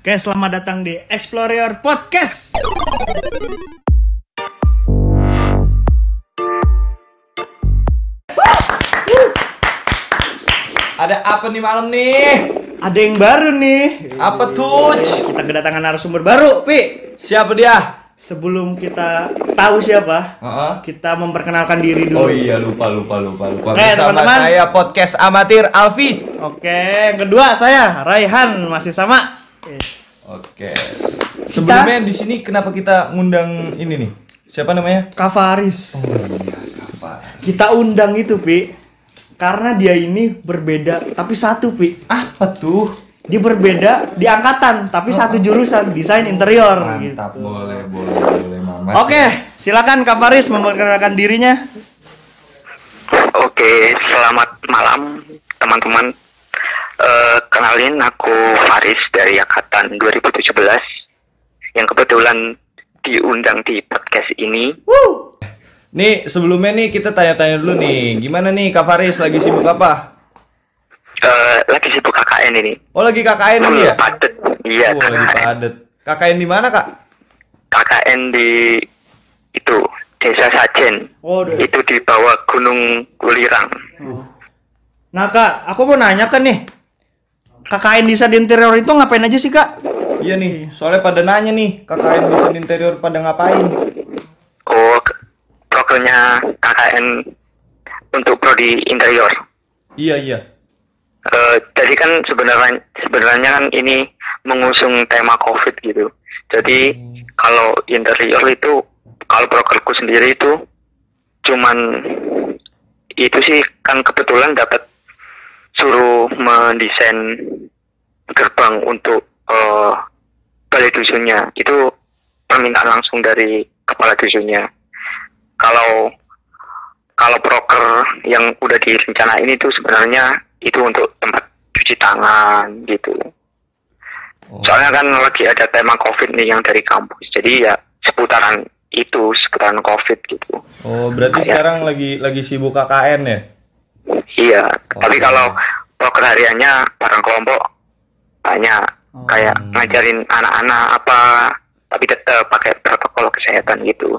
Oke, selamat datang di Explorer Podcast. Ada apa nih malam nih? Ada yang baru nih. Apa tuh? Kita kedatangan narasumber baru, Pi. Siapa dia? Sebelum kita tahu siapa, kita memperkenalkan diri dulu. Oh iya, lupa. Oke, Bersama teman-teman. saya podcast amatir Alfi. Oke, yang kedua saya Raihan, masih sama. Yes. Oke. Sebelumnya di sini kenapa kita ngundang ini nih? Siapa namanya? Kavaris. Apa? Kita undang itu, Pi, karena dia ini berbeda tapi satu, Pi. Apa tuh? Dia berbeda di angkatan tapi satu jurusan, desain interior. Mantap, gitu. boleh Mamat. Oke, silakan Kak Faris memperkenalkan dirinya. Oke, selamat malam teman-teman. Kenalin, aku Faris dari angkatan 2017 yang kebetulan diundang di podcast ini. Nih, sebelumnya nih kita tanya-tanya dulu nih. Gimana nih Kak Faris, lagi sibuk apa? Lagi sibuk KKN ini. Oh, lagi KKN ini ya? Padet. Iya, Lagi KKN. padet. KKN di mana, Kak? KKN di itu Desa Sajen. Itu di bawah Gunung Welirang. Nah Kak, aku mau nanya kan nih, KKN desain interior itu ngapain aja sih Kak? Iya nih, soalnya pada nanya nih, KKN desain interior pada ngapain? Oh, programnya KKN untuk prodi interior. Iya. Jadi kan sebenarnya kan ini mengusung tema COVID gitu. Jadi kalau interior itu, kalau prokerku sendiri itu cuman itu sih kan kebetulan dapat suruh mendesain gerbang untuk balai dusunnya. Itu permintaan langsung dari kepala dusunnya. Kalau proker yang udah direncanain itu sebenarnya itu untuk tempat cuci tangan gitu. Soalnya kan lagi ada tema COVID nih yang dari kampus. Jadi ya seputaran COVID gitu. Oh, berarti sekarang lagi sibuk KKN ya? Iya, tapi kalau proker hariannya bareng kelompok banyak. Kayak ngajarin anak-anak apa, tapi tetap pakai protokol kesehatan gitu.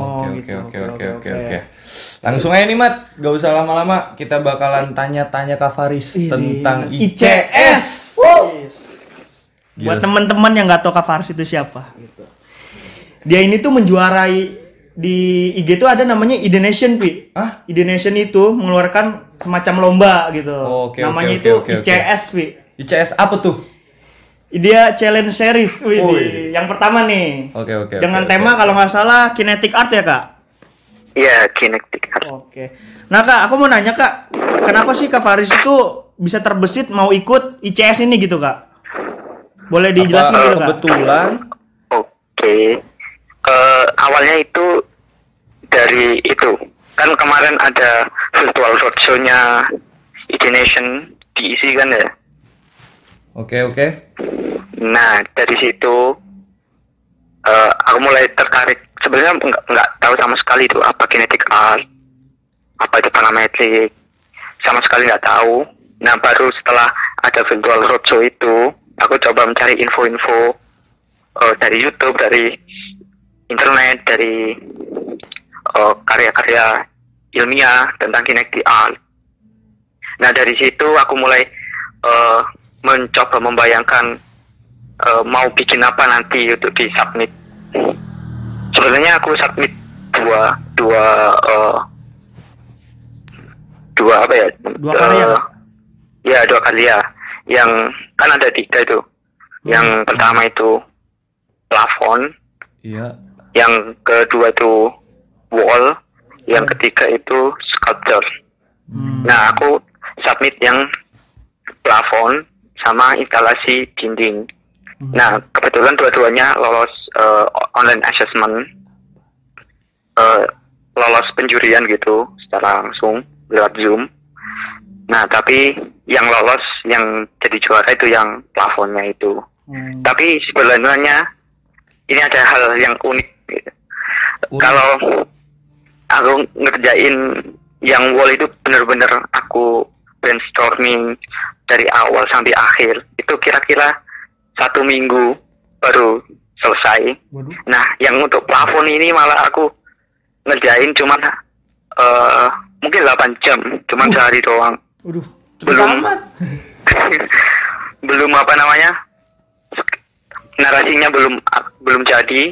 Oke. Langsung aja nih Mat, gak usah lama-lama, kita bakalan tanya-tanya Kak Faris tentang ICS. Buat teman-teman yang nggak tahu Kak Faris itu siapa, gitu. Dia ini tuh menjuarai di IG tuh ada namanya Idenation, Pi. Idenation itu mengeluarkan semacam lomba gitu. Namanya itu ICS, Pi. ICS apa tuh? Dia challenge series, yang pertama nih. Oke. Dengan tema kalau nggak salah kinetic art ya Kak? Iya, kinetic art. Oke. Nah Kak, aku mau nanya Kak, kenapa sih Kak Faris itu bisa terbesit mau ikut ICS ini gitu Kak? Boleh dijelasin gitu Kak? Kebetulan. Oke. Awalnya itu dari itu. Kan kemarin ada virtual roadshow-nya Idenation diisi kan ya? Oke. Nah, dari situ aku mulai tertarik. Sebenarnya nggak tahu sama sekali itu apa kinetic art, apa itu parametrik, sama sekali nggak tahu. Nah, baru setelah ada virtual roadshow itu, aku coba mencari info-info dari YouTube, dari internet, dari karya-karya ilmiah tentang kinetic art. Nah, dari situ aku mulai mencoba membayangkan mau bikin apa nanti untuk di submit. Sebenarnya aku submit dua apa ya? Dua karya. Ya, 2 karya. Yang kan ada 3 itu. Yang pertama itu plafon. Iya. Yang kedua itu wall. Yang ketiga itu sculpture. Nah, aku submit yang plafon sama instalasi dinding. Nah, kebetulan dua-duanya lolos online assessment, lolos penjurian gitu secara langsung lewat Zoom. Nah, tapi yang lolos, yang jadi juara itu yang plafonnya itu. Tapi sebenarnya ini ada hal yang unik gitu. Kalau aku ngerjain yang wall itu bener-bener aku brainstorming dari awal sampai akhir. Itu kira-kira 1 minggu baru selesai. Waduh. Nah, yang untuk plafon ini malah aku ngerjain cuman mungkin 8 jam, cuman sehari doang. Waduh, cepet Belum. amat. Belum apa namanya? Narasinya belum jadi.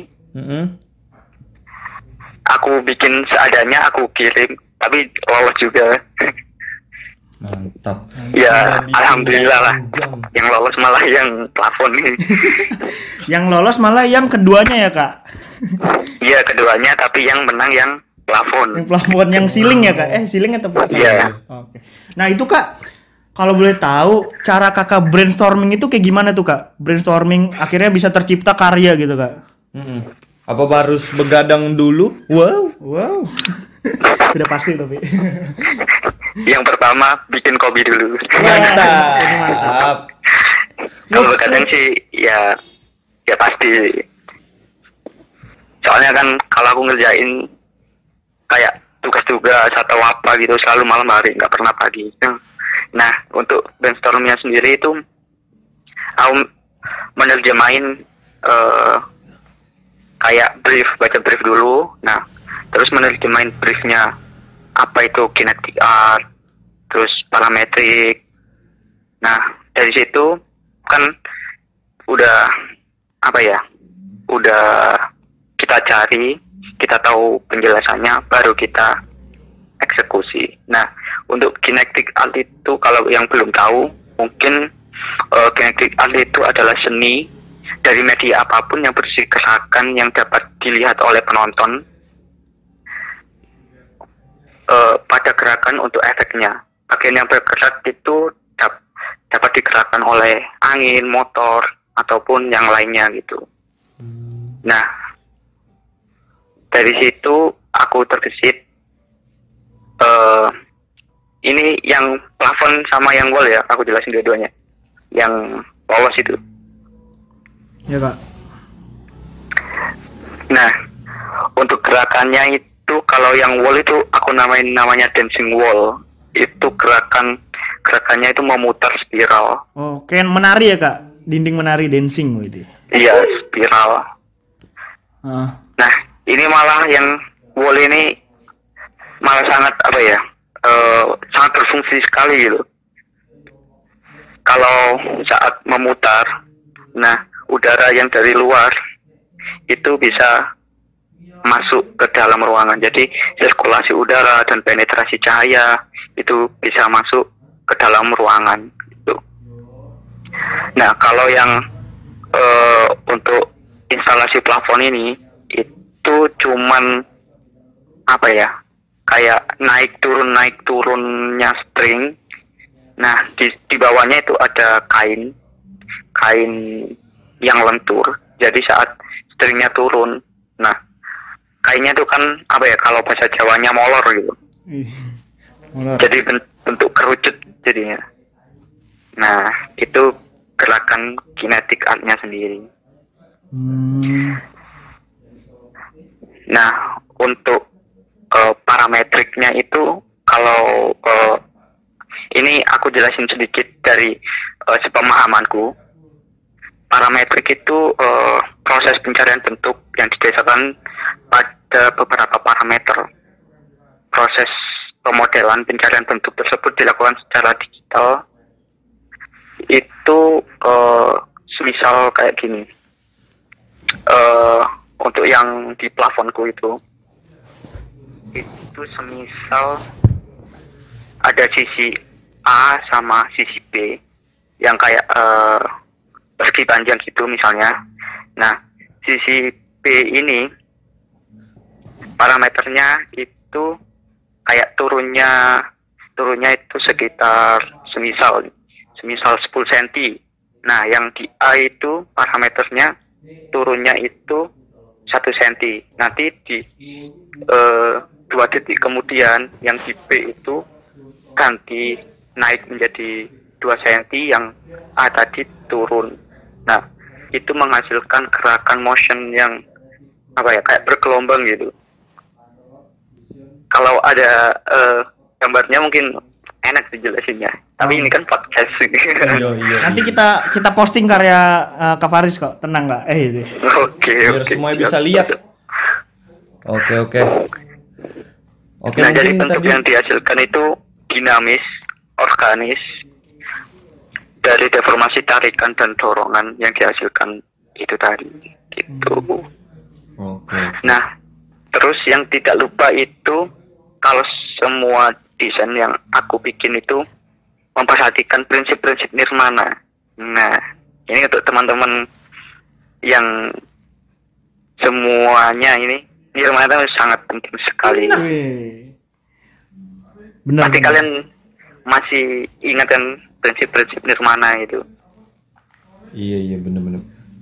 Aku bikin seadanya, aku kirim, tapi lolos juga. Mantap. Ya, alhamdulillah lah. Yang lolos malah yang plafon ini. Yang lolos malah yang keduanya ya, Kak. Iya, keduanya, tapi yang menang yang plafon. Yang plafon yang ceiling ya, Kak? Ceiling atau plafon? Iya. Oke. Nah, itu Kak, kalau boleh tahu cara Kakak brainstorming itu kayak gimana tuh, Kak? Brainstorming akhirnya bisa tercipta karya gitu, Kak. Apa harus begadang dulu? Wow. Sudah pasti tapi. Yang pertama bikin kopi dulu. Mantap. Kalau kadang sih ya pasti. Soalnya kan kalau aku ngerjain kayak tugas-tugas atau apa gitu selalu malam hari, nggak pernah pagi. Nah, untuk brainstormingnya sendiri itu aku menerjemahin kayak baca brief dulu. Nah, terus menerjemahin briefnya apa itu kinetic art, terus parametrik. Nah, dari situ kan udah kita cari, kita tahu penjelasannya, baru kita eksekusi. Nah, untuk kinetic art itu kalau yang belum tahu, mungkin kinetic art itu adalah seni dari media apapun yang bersih gerakan yang dapat dilihat oleh penonton pada gerakan untuk efeknya. Bagian yang bergerak itu dapat digerakkan oleh angin, motor, ataupun yang lainnya gitu. Nah, dari situ aku tergesit. Ini yang plafon sama yang wall ya, aku jelasin dua-duanya. Yang lolos itu. Ya, Kak. Nah, untuk gerakannya itu kalau yang wall itu aku namanya dancing wall. Itu gerakannya itu memutar spiral. Oh, kayak menari ya, Kak? Dinding menari dancing gitu. Iya, spiral. Nah, ini malah yang wall ini malah sangat sangat berfungsi sekali gitu. Kalau saat memutar, nah udara yang dari luar itu bisa masuk ke dalam ruangan. Jadi sirkulasi udara dan penetrasi cahaya itu bisa masuk ke dalam ruangan gitu. Nah, kalau yang untuk instalasi plafon ini itu cuman kayak naik turunnya string. Nah, di bawahnya itu ada kain yang lentur. Jadi saat stringnya turun, nah kainnya itu kan kalau bahasa Jawanya molor gitu. Molor. Jadi bentuk kerucut jadinya. Nah, itu gerakan kinetic art-nya sendiri. Nah, untuk parametriknya itu kalau ini aku jelasin sedikit dari sepemahamanku. Parametrik itu proses pencarian bentuk yang didasarkan pada beberapa parameter. Proses pemodelan pencarian bentuk tersebut dilakukan secara digital. Itu semisal kayak gini. Untuk yang di plafonku itu semisal ada sisi A sama sisi B yang kayak persegi panjang gitu misalnya. Nah, sisi B ini parameternya itu kayak turunnya itu sekitar semisal 10 cm. Nah, yang di A itu parameternya turunnya itu 1 cm. Nanti di 2 detik kemudian yang di B itu ganti naik menjadi 2 cm, yang A tadi turun. Nah, itu menghasilkan gerakan motion yang kayak bergelombang gitu. Kalau ada gambarnya mungkin enak dijelasinnya. Tapi ini kan podcast. Iya. Nanti kita posting karya Kak Faris kok, tenang nggak? Itu. Biar semuanya bisa lihat. Oke. Nah, jadi bentuk yang dihasilkan itu dinamis, organis, dari deformasi tarikan dan dorongan yang dihasilkan itu tadi, gitu. Oke. Nah, terus yang tidak lupa itu kalau semua desain yang aku bikin itu memperhatikan prinsip-prinsip nirmana. Nah, ini untuk teman-teman yang semuanya ini nirmana sangat penting sekali. Benar. Pasti kalian masih ingat kan prinsip-prinsip nirmana itu? Iya benar.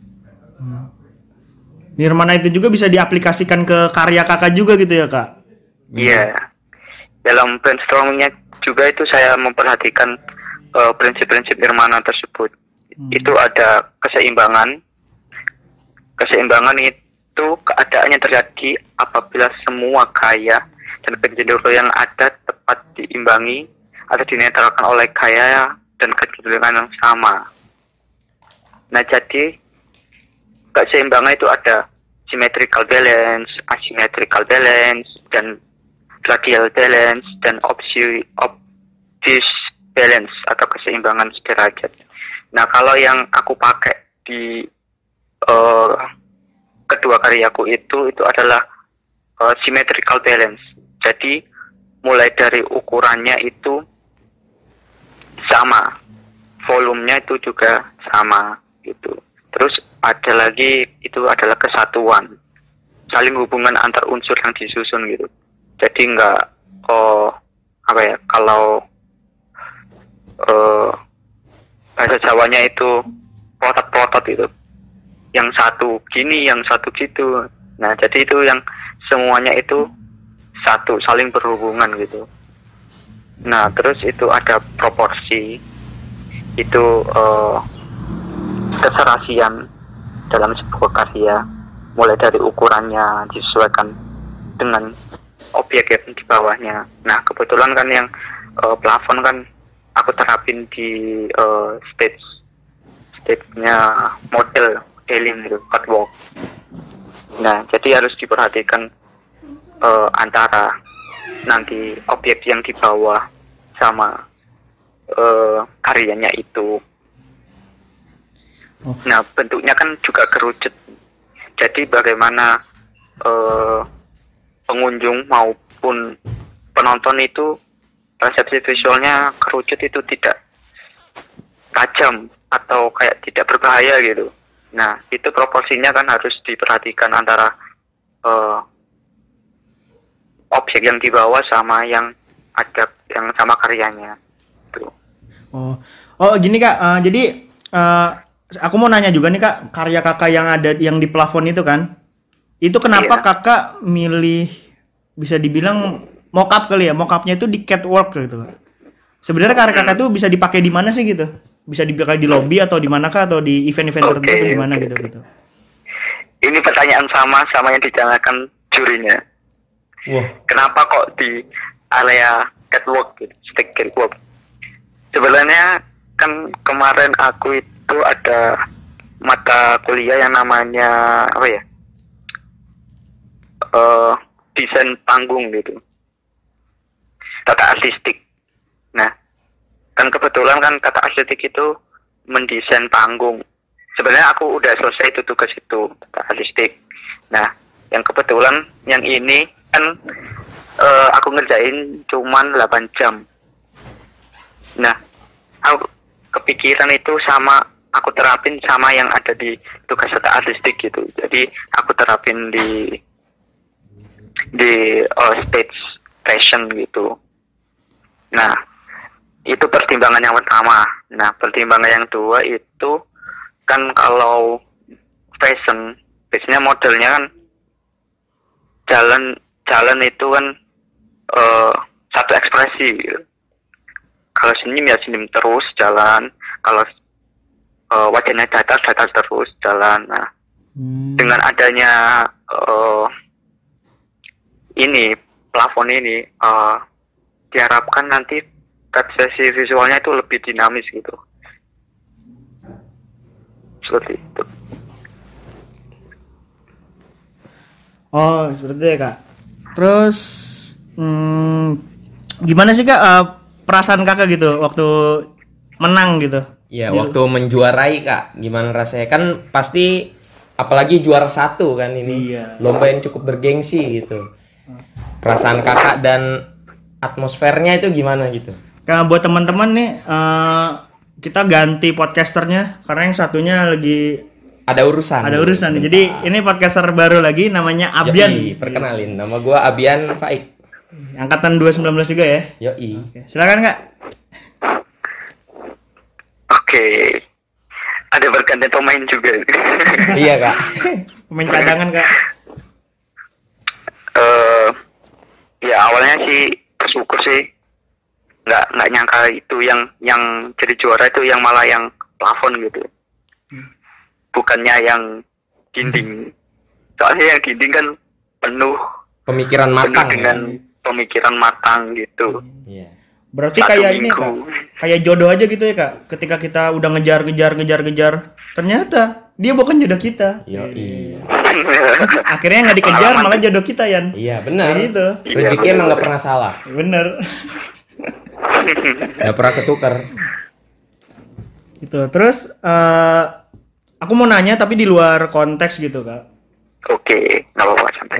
Nirmana itu juga bisa diaplikasikan ke karya kakak juga gitu ya kak? Iya. Dalam brainstormingnya juga itu saya memperhatikan prinsip-prinsip nirmana tersebut. Itu ada keseimbangan. Keseimbangan itu keadaannya terjadi apabila semua gaya dan kecenderungan yang ada tepat diimbangi atau dinetralkan oleh gaya dan kecenderungan yang sama. Nah, jadi keseimbangan itu ada symmetrical balance, asymmetrical balance, dan radial balance, dan obtuse balance atau keseimbangan sederajat. Nah, kalau yang aku pakai di kedua karyaku itu adalah symmetrical balance. Jadi mulai dari ukurannya itu sama, volumenya itu juga sama gitu. Terus ada lagi itu adalah kesatuan, saling hubungan antar unsur yang disusun gitu. Jadi enggak kalau bahasa Jawanya itu potot-potot itu, yang satu gini, yang satu gitu. Nah, jadi itu yang semuanya itu satu, saling berhubungan gitu. Nah, terus itu ada proporsi, itu keserasian dalam sebuah karya, mulai dari ukurannya disesuaikan dengan objek yang di bawahnya. Nah, kebetulan kan yang plafon kan aku terapin di stage-nya model Elim gitu, catwalk. Nah, jadi harus diperhatikan antara nanti objek yang di bawah sama karyanya itu. Nah, bentuknya kan juga kerucut. Jadi bagaimana pengunjung maupun penonton itu persepsi visualnya kerucut itu tidak tajam atau kayak tidak berbahaya gitu. Nah, itu proporsinya kan harus diperhatikan antara objek yang dibawa sama yang ada yang sama karyanya. Tuh. Oh gini kak, jadi aku mau nanya juga nih kak, karya kakak yang ada yang di plafon itu kan, itu kenapa kakak milih, bisa dibilang mock-up kali ya, mock-upnya itu di catwalk gitu kak. Sebenarnya karya kakak tuh bisa dipakai di mana sih gitu? Bisa dipakai di lobby atau di manakah, atau di event-event tertentu atau di mana gitu. Ini pertanyaan sama yang ditanyakan jurinya. Wah. Kenapa kok di area catwalk gitu, stick catwalk? Sebenarnya kan kemarin aku itu ada mata kuliah yang namanya desain panggung gitu, tata artistik. Nah, kan kebetulan kan tata artistik itu mendesain panggung. Sebenarnya aku udah selesai itu tugas itu, tata artistik. Nah, yang kebetulan yang ini kan aku ngerjain cuman 8 jam. Nah, aku kepikiran itu sama aku terapin sama yang ada di tugas tata artistik gitu. Jadi aku terapin di stage fashion gitu. Nah, itu pertimbangan yang pertama. Nah, pertimbangan yang kedua itu kan kalau fashion biasanya modelnya kan jalan itu kan satu ekspresi gitu. Kalau senyum ya senyum terus jalan, kalau wajahnya datar terus jalan. Nah, dengan adanya ini plafon ini diharapkan nanti tingkat sesi visualnya itu lebih dinamis gitu. Seperti itu. Oh, seperti itu ya, Kak. Terus gimana sih, Kak, perasaan Kakak gitu waktu menang gitu? Iya, waktu menjuarai, Kak. Gimana rasanya? Kan pasti apalagi juara 1 kan ini. Iya. Lomba yang cukup bergengsi gitu. Perasaan Kakak dan atmosfernya itu gimana gitu? Karena buat teman-teman nih, kita ganti podcasternya karena yang satunya lagi Ada urusan. ada urusan. Jadi ini podcaster baru lagi namanya Abian. Yoi, perkenalin, nama gua Abian Faik. Angkatan 2019 juga ya. Yoi. Silakan, Kak. Oke. Ada berganti pemain juga. Iya, Kak. Pemain cadangan, Kak. Ya awalnya sih bersyukur sih. Nggak nyangka itu yang jadi juara itu yang malah yang plafon gitu. Bukannya yang dinding. Soalnya yang dinding kan penuh Pemikiran matang. dengan pemikiran matang gitu. Iya. Berarti Satu kayak ini, minggu. Kak. Kayak jodoh aja gitu ya, Kak. Ketika kita udah ngejar, ternyata dia bukan jodoh kita. Yoi. Akhirnya nggak dikejar, malah jodoh kita, Yan. Iya, benar. Kayak gitu. Rezeki emang nggak pernah salah. Bener. Nggak pernah ketukar. Gitu. Terus aku mau nanya tapi di luar konteks gitu, Kak. Oke, nggak apa-apa santai.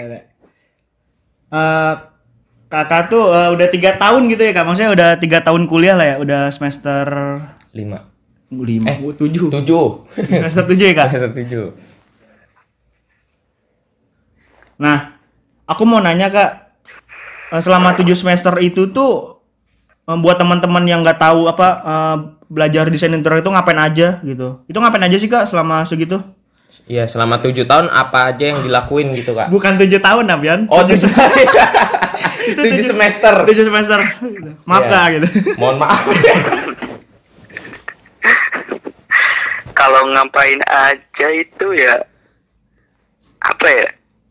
Kakak tuh udah 3 tahun gitu ya, Kak. Maksudnya udah 3 tahun kuliah lah ya. Udah semester 5. 7. 7. Semester 7 ya, Kak. Semester 7. Nah, aku mau nanya, Kak. Selama 7 semester itu tuh buat teman-teman yang nggak tahu apa belajar desain interior itu ngapain aja gitu. Itu ngapain aja sih, Kak, selama segitu? Iya, selama 7 tahun apa aja yang dilakuin gitu, Kak? Bukan 7 tahun, Abian. Oh, 7 semester. 7 semester. Maaf, Iya. Kak gitu. Mohon maaf. Kalau ngapain aja itu ya apa ya?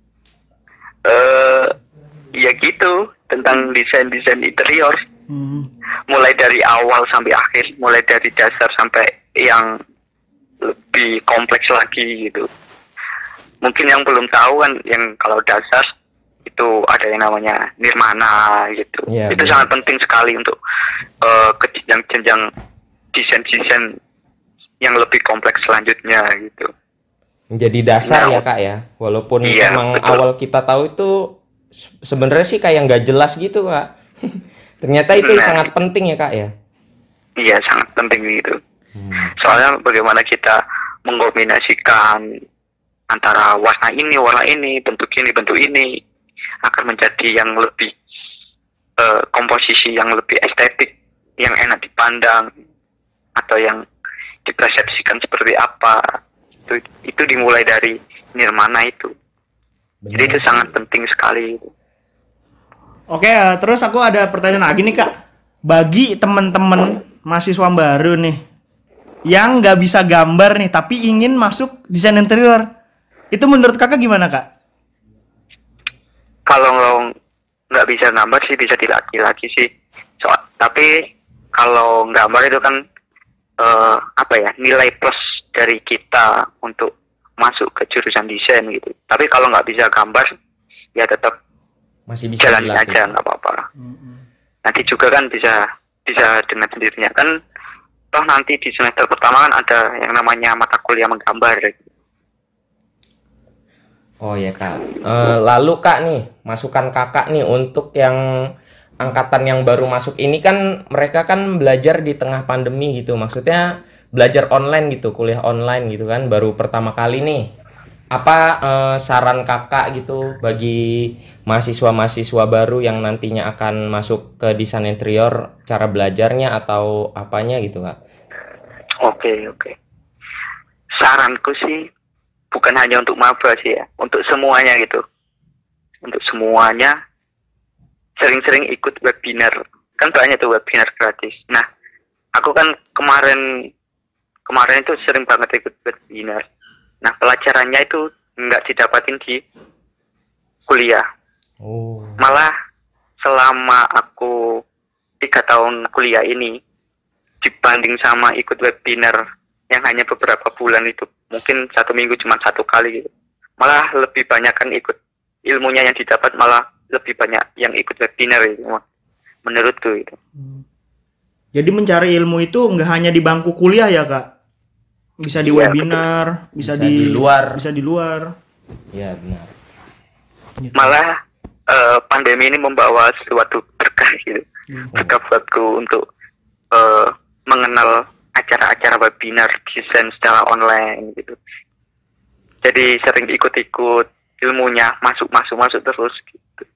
Ya gitu tentang desain interior. Mulai dari awal sampai akhir, mulai dari dasar sampai yang lebih kompleks lagi gitu. Mungkin yang belum tahu kan, yang kalau dasar itu ada yang namanya nirmana gitu. Iya, Itu benar. sangat penting sekali untuk ke jenjang desain yang lebih kompleks selanjutnya gitu. Menjadi dasar Nah, ya, Kak ya. Walaupun iya, emang betul. awal kita tahu itu sebenarnya sih kayak nggak jelas gitu, Kak. Ternyata itu Nah. sangat penting ya, Kak ya. Iya, sangat penting gitu. Soalnya bagaimana kita mengkombinasikan antara warna ini, bentuk ini akan menjadi yang lebih komposisi yang lebih estetik, yang enak dipandang, atau yang dipersepsikan seperti apa. Itu dimulai dari nirmana itu. Jadi itu sangat penting sekali. Oke, terus aku ada pertanyaan lagi nih, Kak. Bagi teman-teman mahasiswa baru nih yang nggak bisa gambar nih tapi ingin masuk desain interior, itu menurut Kakak gimana, Kak? Kalau nggak bisa gambar sih bisa dilatih lagi sih. Tapi kalau gambar itu kan apa ya, nilai plus dari kita untuk masuk ke jurusan desain gitu. Tapi kalau nggak bisa gambar ya tetap Masih bisa jalanin dilatih. aja, nggak apa-apa. Nanti juga kan bisa dengan sendirinya kan. Toh nanti di semester pertama kan ada yang namanya mata kuliah menggambar. Oh ya, Kak. Lalu Kak nih, masukan Kakak nih untuk yang angkatan yang baru masuk ini kan mereka kan belajar di tengah pandemi gitu. Maksudnya belajar online gitu, kuliah online gitu kan, baru pertama kali nih. Apa saran Kakak gitu bagi mahasiswa-mahasiswa baru yang nantinya akan masuk ke desain interior, cara belajarnya atau apanya gitu, Kak? Oke. Saranku sih bukan hanya untuk maba sih ya, untuk semuanya gitu. Untuk semuanya sering-sering ikut webinar. Kan banyak tuh webinar gratis. Nah, aku kan kemarin itu sering banget ikut webinar. Nah, pelajarannya itu nggak didapatin di kuliah. Oh. Malah selama aku 3 tahun kuliah ini dibanding sama ikut webinar yang hanya beberapa bulan itu, mungkin 1 minggu cuma 1 kali gitu, malah lebih banyak kan ikut ilmunya yang didapat, malah lebih banyak yang ikut webinar itu menurutku itu. Jadi mencari ilmu itu nggak hanya di bangku kuliah ya kak, bisa di webinar, bisa di luar, bisa di luar. Iya benar. Malah pandemi ini membawa suatu berkah gitu, berkah buatku untuk mengenal acara-acara webinar desain secara online gitu. Jadi sering ikut-ikut ilmunya, masuk terus gitu.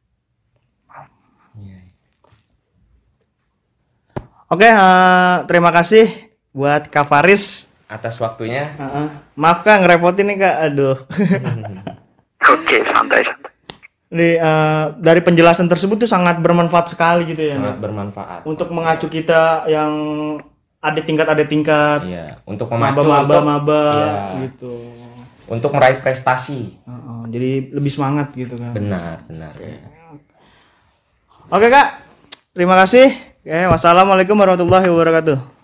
Oke, terima kasih buat Kak Faris atas waktunya. Maaf Kak ngerepotin nih Kak, aduh. Oke, santai. Dari penjelasan tersebut tuh sangat bermanfaat sekali gitu ya. Sangat bermanfaat. Untuk mengacu kita yang ada tingkat. Iya, untuk memacu maba gitu. Untuk meraih prestasi. Jadi lebih semangat gitu kan. Benar. Ya. Oke Kak, terima kasih. Wassalamualaikum warahmatullahi wabarakatuh.